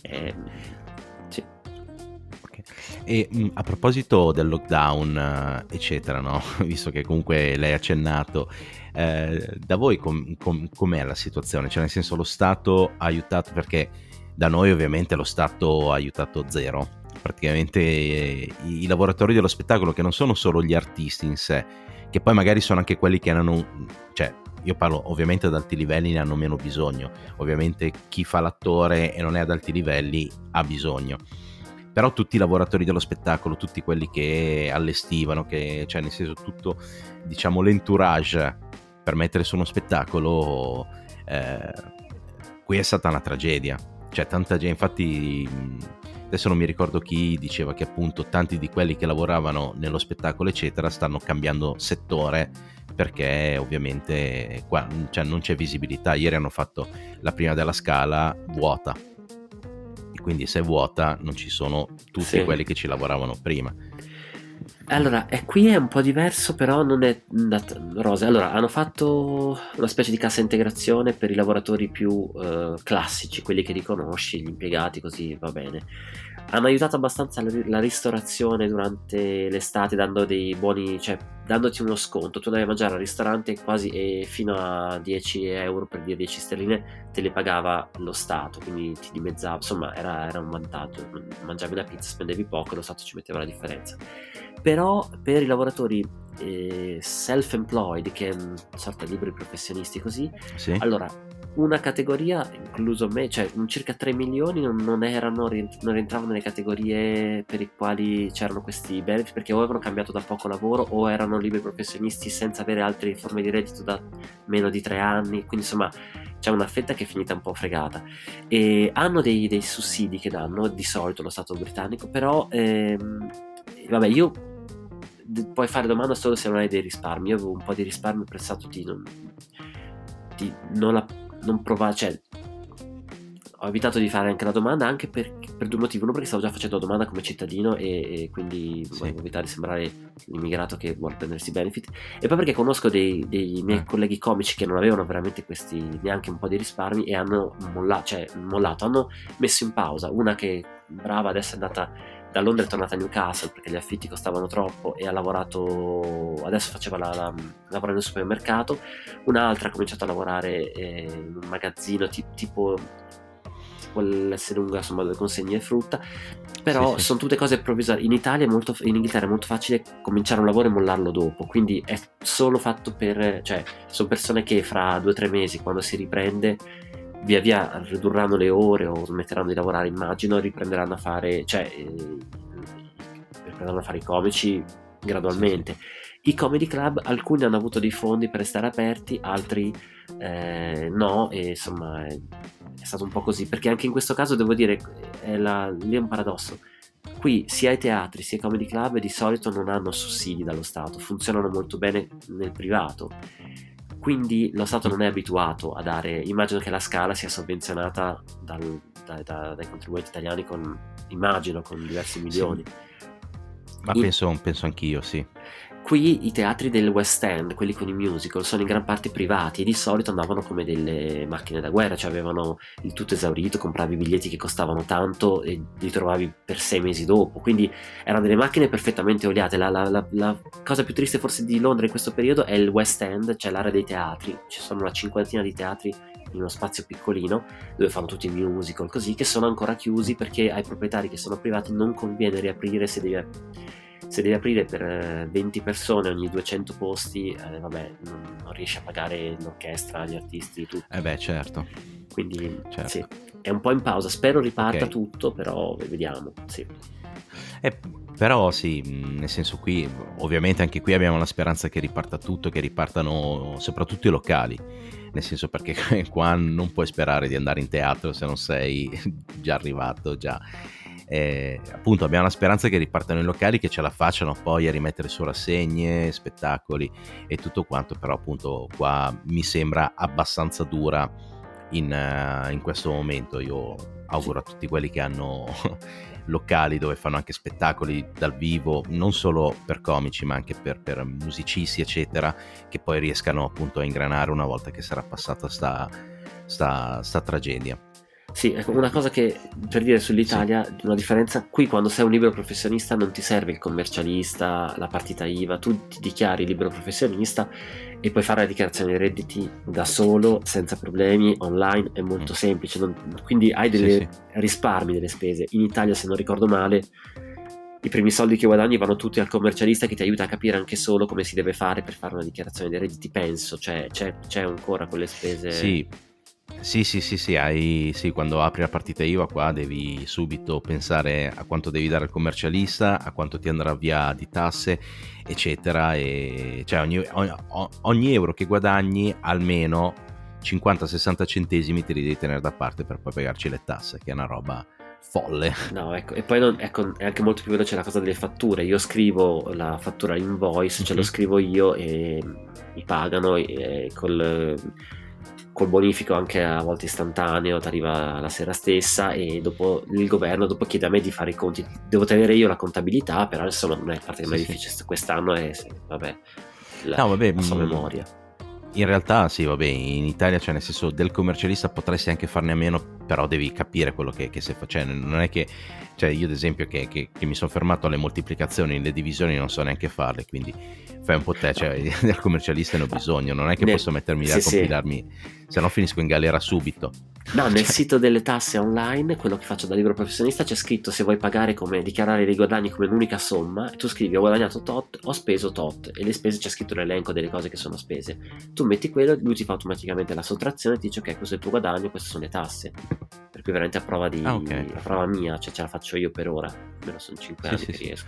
sì. Ok. E a proposito del lockdown, eccetera, no? Visto che comunque lei ha accennato, da voi com'è la situazione? Cioè, nel senso, lo Stato ha aiutato, perché da noi ovviamente lo Stato ha aiutato zero. Praticamente i lavoratori dello spettacolo, che non sono solo gli artisti in sé, che poi magari sono anche quelli che hanno, cioè, io parlo ovviamente ad alti livelli, ne hanno meno bisogno. Ovviamente chi fa l'attore e non è ad alti livelli ha bisogno. Però tutti i lavoratori dello spettacolo, tutti quelli che allestivano, che, cioè nel senso tutto, diciamo, l'entourage per mettere su uno spettacolo, qui è stata una tragedia. Cioè tanta gente, infatti adesso non mi ricordo chi diceva che appunto tanti di quelli che lavoravano nello spettacolo eccetera stanno cambiando settore, perché ovviamente qua, cioè, non c'è visibilità. Ieri hanno fatto la prima della Scala vuota, e quindi se è vuota non ci sono tutti Sì. quelli che ci lavoravano prima. Allora, qui è un po' diverso, però non è rosa. Allora, hanno fatto una specie di cassa integrazione per i lavoratori più classici, quelli che riconosci, gli impiegati, così va bene. Hanno aiutato abbastanza la ristorazione durante l'estate, dando dei buoni, cioè dandoti uno sconto. Tu andavi a mangiare al ristorante quasi, e fino a 10 euro, per dire 10 sterline, te le pagava lo Stato, quindi ti dimezzava, insomma era un vantaggio. Mangiavi una pizza, spendevi poco e lo Stato ci metteva la differenza. Però per i lavoratori self-employed, che è una sorta di liberi professionisti così, Sì? allora una categoria, incluso me, cioè circa 3 milioni non rientravano nelle categorie per i quali c'erano questi benefit, perché o avevano cambiato da poco lavoro o erano liberi professionisti senza avere altre forme di reddito da meno di 3 anni, quindi insomma c'è una fetta che è finita un po' fregata. E hanno dei sussidi che danno di solito lo Stato britannico, però vabbè, io puoi fare domanda solo se non hai dei risparmi. Io avevo un po' di risparmio, ho pensato di non provare, cioè ho evitato di fare anche la domanda, anche per due motivi. Uno, perché stavo già facendo la domanda come cittadino e quindi volevo evitare di sembrare l'immigrato che vuole prendersi benefit, e poi perché conosco dei miei colleghi comici che non avevano veramente questi neanche un po' di risparmi e hanno mollato, hanno messo in pausa. Una che brava adesso è andata da Londra, è tornata a Newcastle perché gli affitti costavano troppo e ha lavorato, adesso lavora nel supermercato. Un'altra ha cominciato a lavorare in un magazzino tipo l'S lunga, insomma, dove consegne frutta. Però Sì. sono tutte cose provvisorie. In Inghilterra è molto facile cominciare un lavoro e mollarlo dopo, quindi è solo fatto cioè sono persone che fra 2 o 3 mesi, quando si riprende, via via ridurranno le ore o smetteranno di lavorare, immagino, riprenderanno a fare i comici gradualmente. I comedy club, alcuni hanno avuto dei fondi per restare aperti, altri no, e insomma è stato un po' così, perché anche in questo caso devo dire lì è un paradosso. Qui sia i teatri sia i comedy club di solito non hanno sussidi dallo Stato, funzionano molto bene nel privato, quindi lo Stato non è abituato a dare. Immagino che la Scala sia sovvenzionata dai contribuenti italiani con diversi milioni. Ma penso anch'io, sì. Qui i teatri del West End, quelli con i musical, sono in gran parte privati e di solito andavano come delle macchine da guerra, cioè avevano il tutto esaurito, compravi biglietti che costavano tanto e li trovavi per 6 mesi dopo, quindi erano delle macchine perfettamente oliate. La cosa più triste forse di Londra in questo periodo è il West End, cioè l'area dei teatri. Ci sono una cinquantina di teatri in uno spazio piccolino dove fanno tutti i musical così, che sono ancora chiusi perché ai proprietari che sono privati non conviene riaprire. Se devi aprire per 20 persone ogni 200 posti, vabbè, non riesci a pagare l'orchestra, gli artisti, tutto. Certo. Quindi certo. sì, è un po' in pausa. Spero riparta tutto, però vediamo, sì. Però sì, nel senso, qui ovviamente anche qui abbiamo la speranza che riparta tutto, che ripartano soprattutto i locali, nel senso, perché qua non puoi sperare di andare in teatro se non sei già arrivato, appunto abbiamo la speranza che ripartano i locali, che ce la facciano poi a rimettere su rassegne, spettacoli e tutto quanto, però appunto qua mi sembra abbastanza dura in questo momento. Io auguro a tutti quelli che hanno locali dove fanno anche spettacoli dal vivo, non solo per comici ma anche per musicisti eccetera, che poi riescano appunto a ingranare una volta che sarà passata sta tragedia. Sì, ecco, una cosa che per dire sull'Italia, una differenza, qui quando sei un libero professionista non ti serve il commercialista, la partita IVA, tu ti dichiari libero professionista e puoi fare la dichiarazione dei redditi da solo, senza problemi, online, è molto semplice, quindi hai delle risparmi delle spese. In Italia, se non ricordo male, i primi soldi che guadagni vanno tutti al commercialista che ti aiuta a capire anche solo come si deve fare per fare una dichiarazione dei redditi, penso, c'è ancora quelle spese. Sì, quando apri la partita IVA qua devi subito pensare a quanto devi dare al commercialista, a quanto ti andrà via di tasse, eccetera, e cioè ogni euro che guadagni almeno 50-60 centesimi te li devi tenere da parte per poi pagarci le tasse, che è una roba folle. No, ecco, e poi è anche molto più veloce la cosa delle fatture. Io scrivo la fattura invoice, ce lo scrivo io e mi pagano col bonifico anche a volte istantaneo, ti arriva la sera stessa e dopo il governo chiede a me di fare i conti, devo tenere io la contabilità, però insomma non è parte che mi è difficile quest'anno e la sua memoria. In realtà sì, vabbè, in Italia, cioè nel senso, del commercialista potresti anche farne a meno, però devi capire quello che stai facendo. Non è che, cioè io ad esempio che mi sono fermato alle moltiplicazioni, le divisioni non so neanche farle, quindi fai un po' te, cioè del commercialista ne ho bisogno, non è che posso mettermi lì a compilarmi, se no finisco in galera subito. No, nel sito delle tasse online, quello che faccio da libero professionista, c'è scritto se vuoi pagare come dichiarare dei guadagni come l'unica somma, e tu scrivi ho guadagnato tot, ho speso tot, e le spese c'è scritto l'elenco delle cose che sono spese. Tu metti quello, lui ti fa automaticamente la sottrazione e ti dice ok, questo è il tuo guadagno, queste sono le tasse. Per cui veramente a prova a prova mia, cioè ce la faccio io per ora, almeno sono 5 anni che riesco.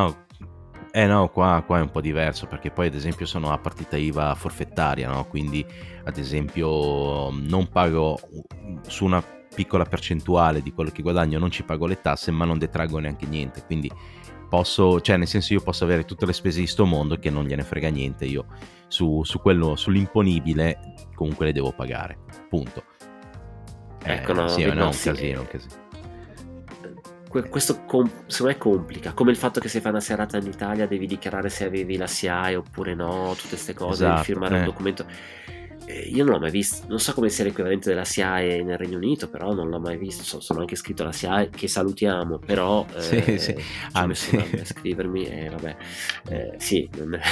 No, qua è un po' diverso, perché poi ad esempio sono a partita IVA forfettaria, no? Quindi ad esempio non pago su una piccola percentuale di quello che guadagno, non ci pago le tasse, ma non detraggo neanche niente, quindi posso, cioè nel senso io posso avere tutte le spese di sto mondo che non gliene frega niente, io su quello, sull'imponibile comunque le devo pagare, punto. Ecco, no, sì, no, un sì, casino. Questo secondo me complica, come il fatto che se fai una serata in Italia devi dichiarare se avevi la SIAE oppure no, tutte queste cose, esatto, devi firmare un documento. Io non l'ho mai visto, non so come sia l'equivalente della SIAE nel Regno Unito, però non l'ho mai visto, sono anche iscritto alla SIAE, che salutiamo, però sì. Anzi, a scrivermi e vabbè, sì,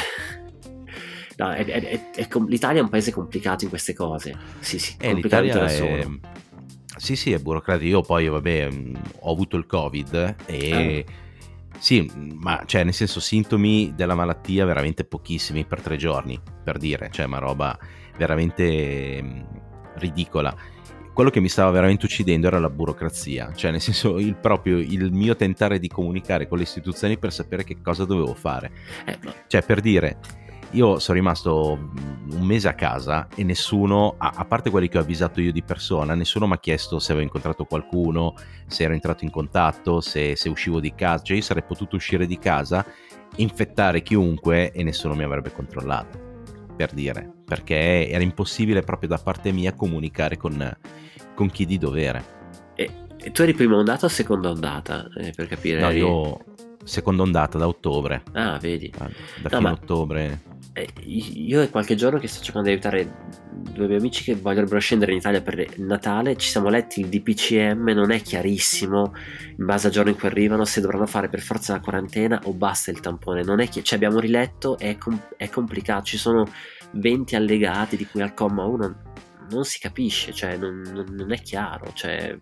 no, l'Italia è un paese complicato in queste cose, sì, complicato da solo. Sì, è burocratico. Io poi, vabbè, ho avuto il Covid e sì, ma cioè nel senso sintomi della malattia veramente pochissimi per 3 giorni, per dire, cioè una roba veramente ridicola. Quello che mi stava veramente uccidendo era la burocrazia, cioè nel senso il mio tentare di comunicare con le istituzioni per sapere che cosa dovevo fare. Cioè per dire, io sono rimasto un mese a casa e nessuno, a parte quelli che ho avvisato io di persona, nessuno mi ha chiesto se avevo incontrato qualcuno, se ero entrato in contatto, se uscivo di casa. Cioè io sarei potuto uscire di casa, infettare chiunque e nessuno mi avrebbe controllato, per dire, perché era impossibile proprio da parte mia comunicare con chi di dovere. E tu eri prima ondata o seconda ondata, per capire? No, io seconda ondata da ottobre. Ah, vedi. Da fine ottobre. Io è qualche giorno che sto cercando di aiutare 2 miei amici che vogliono scendere in Italia per il Natale. Ci siamo letti il DPCM, non è chiarissimo in base al giorno in cui arrivano se dovranno fare per forza la quarantena o basta il tampone. Non è cioè abbiamo riletto, è complicato, ci sono 20 allegati di cui al comma 1 non si capisce, cioè non è chiaro, cioè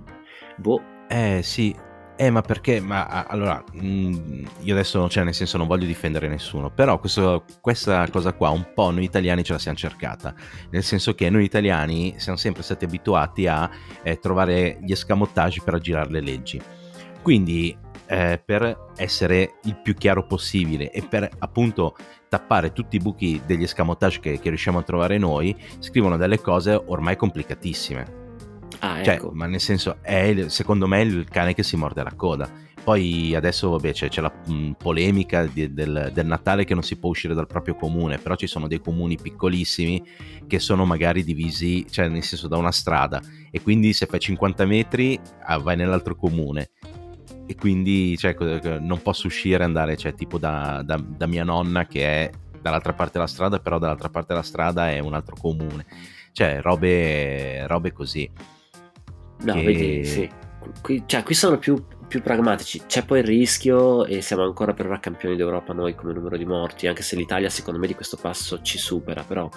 sì. Ma perché? Ma allora, io adesso, cioè nel senso non voglio difendere nessuno, però questa cosa qua un po' noi italiani ce la siamo cercata, nel senso che noi italiani siamo sempre stati abituati a trovare gli escamotage per aggirare le leggi, quindi per essere il più chiaro possibile e per appunto tappare tutti i buchi degli escamotage che riusciamo a trovare noi, scrivono delle cose ormai complicatissime. Ah, cioè, ecco. ma nel senso secondo me il cane che si morde la coda, poi adesso vabbè c'è la polemica del Natale che non si può uscire dal proprio comune, però ci sono dei comuni piccolissimi che sono magari divisi, cioè nel senso da una strada, e quindi se fai 50 metri vai nell'altro comune, e quindi cioè, non posso uscire e andare, cioè tipo da mia nonna che è dall'altra parte della strada, però dall'altra parte della strada è un altro comune, cioè robe così. No, vedi, sì. Qui sono più pragmatici. C'è poi il rischio, e siamo ancora per ora campioni d'Europa noi come numero di morti, anche se l'Italia secondo me di questo passo ci supera, però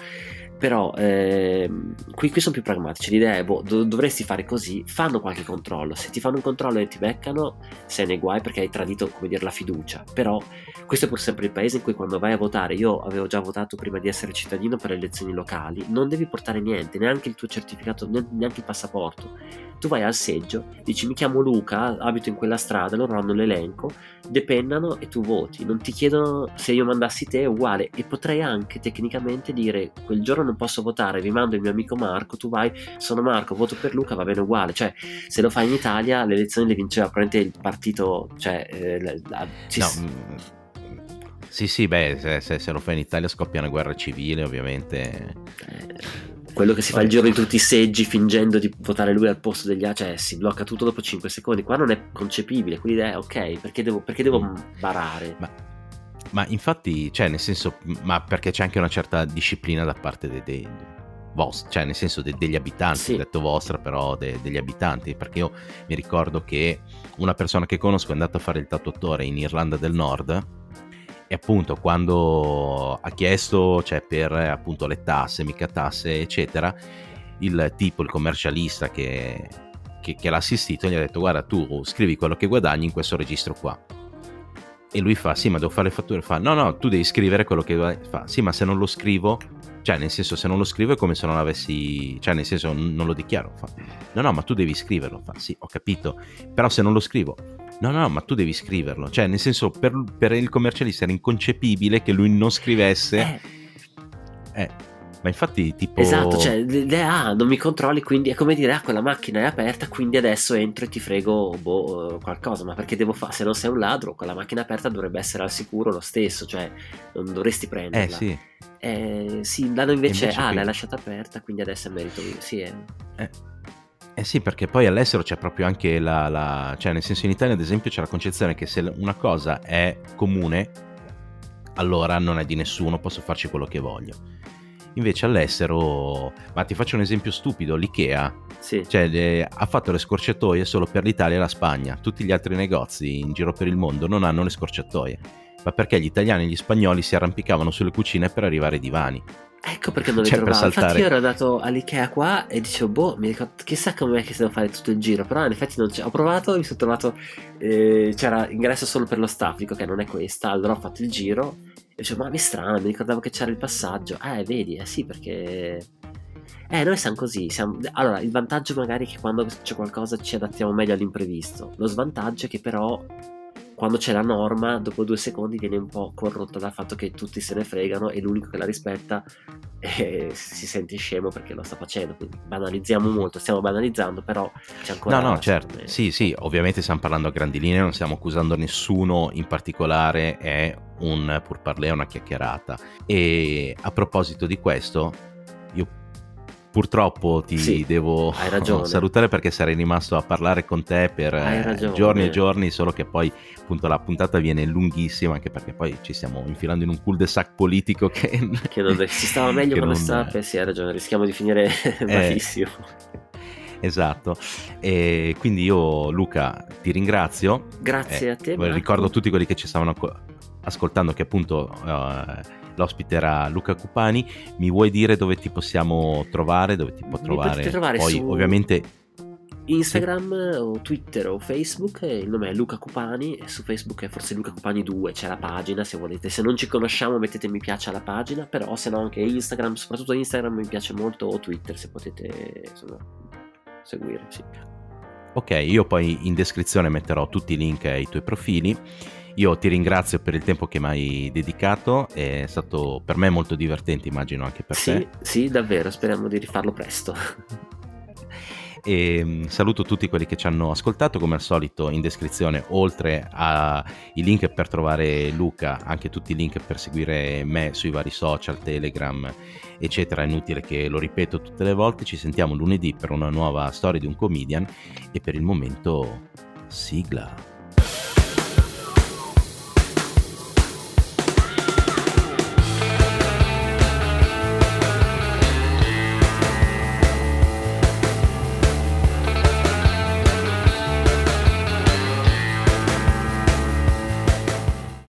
qui sono più pragmatici. L'idea è, dovresti fare così, fanno qualche controllo, se ti fanno un controllo e ti beccano sei nei guai perché hai tradito, come dire, la fiducia. Però questo è pur sempre il paese in cui quando vai a votare, io avevo già votato prima di essere cittadino per le elezioni locali, non devi portare niente, neanche il tuo certificato, neanche il passaporto. Tu vai al seggio, dici mi chiamo Luca, abito in quella strada, loro hanno l'elenco, depennano e tu voti, non ti chiedono se io mandassi te, è uguale. E potrei anche tecnicamente dire quel giorno non posso votare, vi mando il mio amico Marco, tu vai, sono Marco, voto per Luca, va bene uguale. Cioè se lo fai in Italia le elezioni le vinceva probabilmente il partito, cioè sì, beh, se lo fai in Italia scoppia una guerra civile, ovviamente. Quello che si fa il giro di tutti i seggi fingendo di votare lui al posto degli altri, cioè si blocca tutto dopo 5 secondi. Qua non è concepibile, quindi è ok, perché devo barare? Ma infatti, cioè nel senso, ma perché c'è anche una certa disciplina da parte dei vostri, cioè nel senso degli abitanti, sì. Detto vostra, però degli abitanti, perché io mi ricordo che una persona che conosco è andata a fare il tatuatore in Irlanda del Nord, e appunto quando ha chiesto, cioè per appunto le tasse, mica tasse eccetera, il commercialista che l'ha assistito gli ha detto guarda, tu scrivi quello che guadagni in questo registro qua, e lui fa sì ma devo fare le fatture, fa no tu devi scrivere quello che guadagni, fa sì ma se non lo scrivo, cioè nel senso se non lo scrivo è come se non avessi, cioè nel senso non lo dichiaro, fa no ma tu devi scriverlo, fa sì ho capito, però se non lo scrivo, no ma tu devi scriverlo, cioè nel senso per il commercialista era inconcepibile che lui non scrivesse, ma infatti tipo esatto, cioè non mi controlli, quindi è come dire quella macchina è aperta, quindi adesso entro e ti frego qualcosa, ma perché devo fare? Se non sei un ladro, quella macchina aperta dovrebbe essere al sicuro lo stesso, cioè non dovresti prenderla. Sì, là invece l'hai lasciata aperta, quindi adesso è merito mio. Sì, sì, perché poi all'estero c'è proprio anche cioè nel senso in Italia ad esempio c'è la concezione che se una cosa è comune allora non è di nessuno, posso farci quello che voglio. Invece all'estero, ma ti faccio un esempio stupido, l'Ikea, sì. Cioè ha fatto le scorciatoie solo per l'Italia e la Spagna, tutti gli altri negozi in giro per il mondo non hanno le scorciatoie, ma perché gli italiani e gli spagnoli si arrampicavano sulle cucine per arrivare ai divani. Ecco perché non li trovavo. Infatti io ero andato all'Ikea qua e dicevo mi ricordo, chissà com'è che se devo fare tutto il giro, però in effetti non c'è. Ho provato, mi sono trovato c'era ingresso solo per lo staff, dico che non è questa, allora ho fatto il giro e dicevo ma mi è strano, mi ricordavo che c'era il passaggio. Vedi, sì, perché noi siamo così, allora il vantaggio magari è che quando c'è qualcosa ci adattiamo meglio all'imprevisto, lo svantaggio è che però quando c'è la norma, dopo 2 secondi viene un po' corrotta dal fatto che tutti se ne fregano e l'unico che la rispetta si sente scemo perché lo sta facendo. Quindi banalizziamo molto, stiamo banalizzando, però c'è ancora... No, certo, sì, ovviamente stiamo parlando a grandi linee, non stiamo accusando nessuno in particolare, è un pourparlers, una chiacchierata. E a proposito di questo, io purtroppo ti devo salutare perché sarei rimasto a parlare con te per giorni e giorni, solo che poi appunto la puntata viene lunghissima, anche perché poi ci stiamo infilando in un cul-de-sac politico che non si stava meglio quando stava, sì, hai ragione, rischiamo di finire malissimo. Esatto, e quindi io Luca ti ringrazio, grazie a te Marco. Ricordo a tutti quelli che ci stavano ascoltando che appunto l'ospite era Luca Cupani. Mi vuoi dire dove ti possiamo trovare, dove ti può trovare? Potete trovare poi su ovviamente Instagram o Twitter o Facebook, il nome è Luca Cupani e su Facebook è forse Luca Cupani 2, c'è la pagina se volete, se non ci conosciamo mettete mi piace alla pagina, però se no anche Instagram, soprattutto Instagram mi piace molto, o Twitter se potete seguire, sì. Ok, io poi in descrizione metterò tutti i link ai tuoi profili. Io ti ringrazio per il tempo che mi hai dedicato, è stato per me molto divertente, immagino anche per te. Sì, davvero, speriamo di rifarlo presto. E saluto tutti quelli che ci hanno ascoltato, come al solito in descrizione, oltre ai link per trovare Luca, anche tutti i link per seguire me sui vari social, Telegram, eccetera. È inutile che lo ripeto tutte le volte. Ci sentiamo lunedì per una nuova storia di un comedian, e per il momento sigla.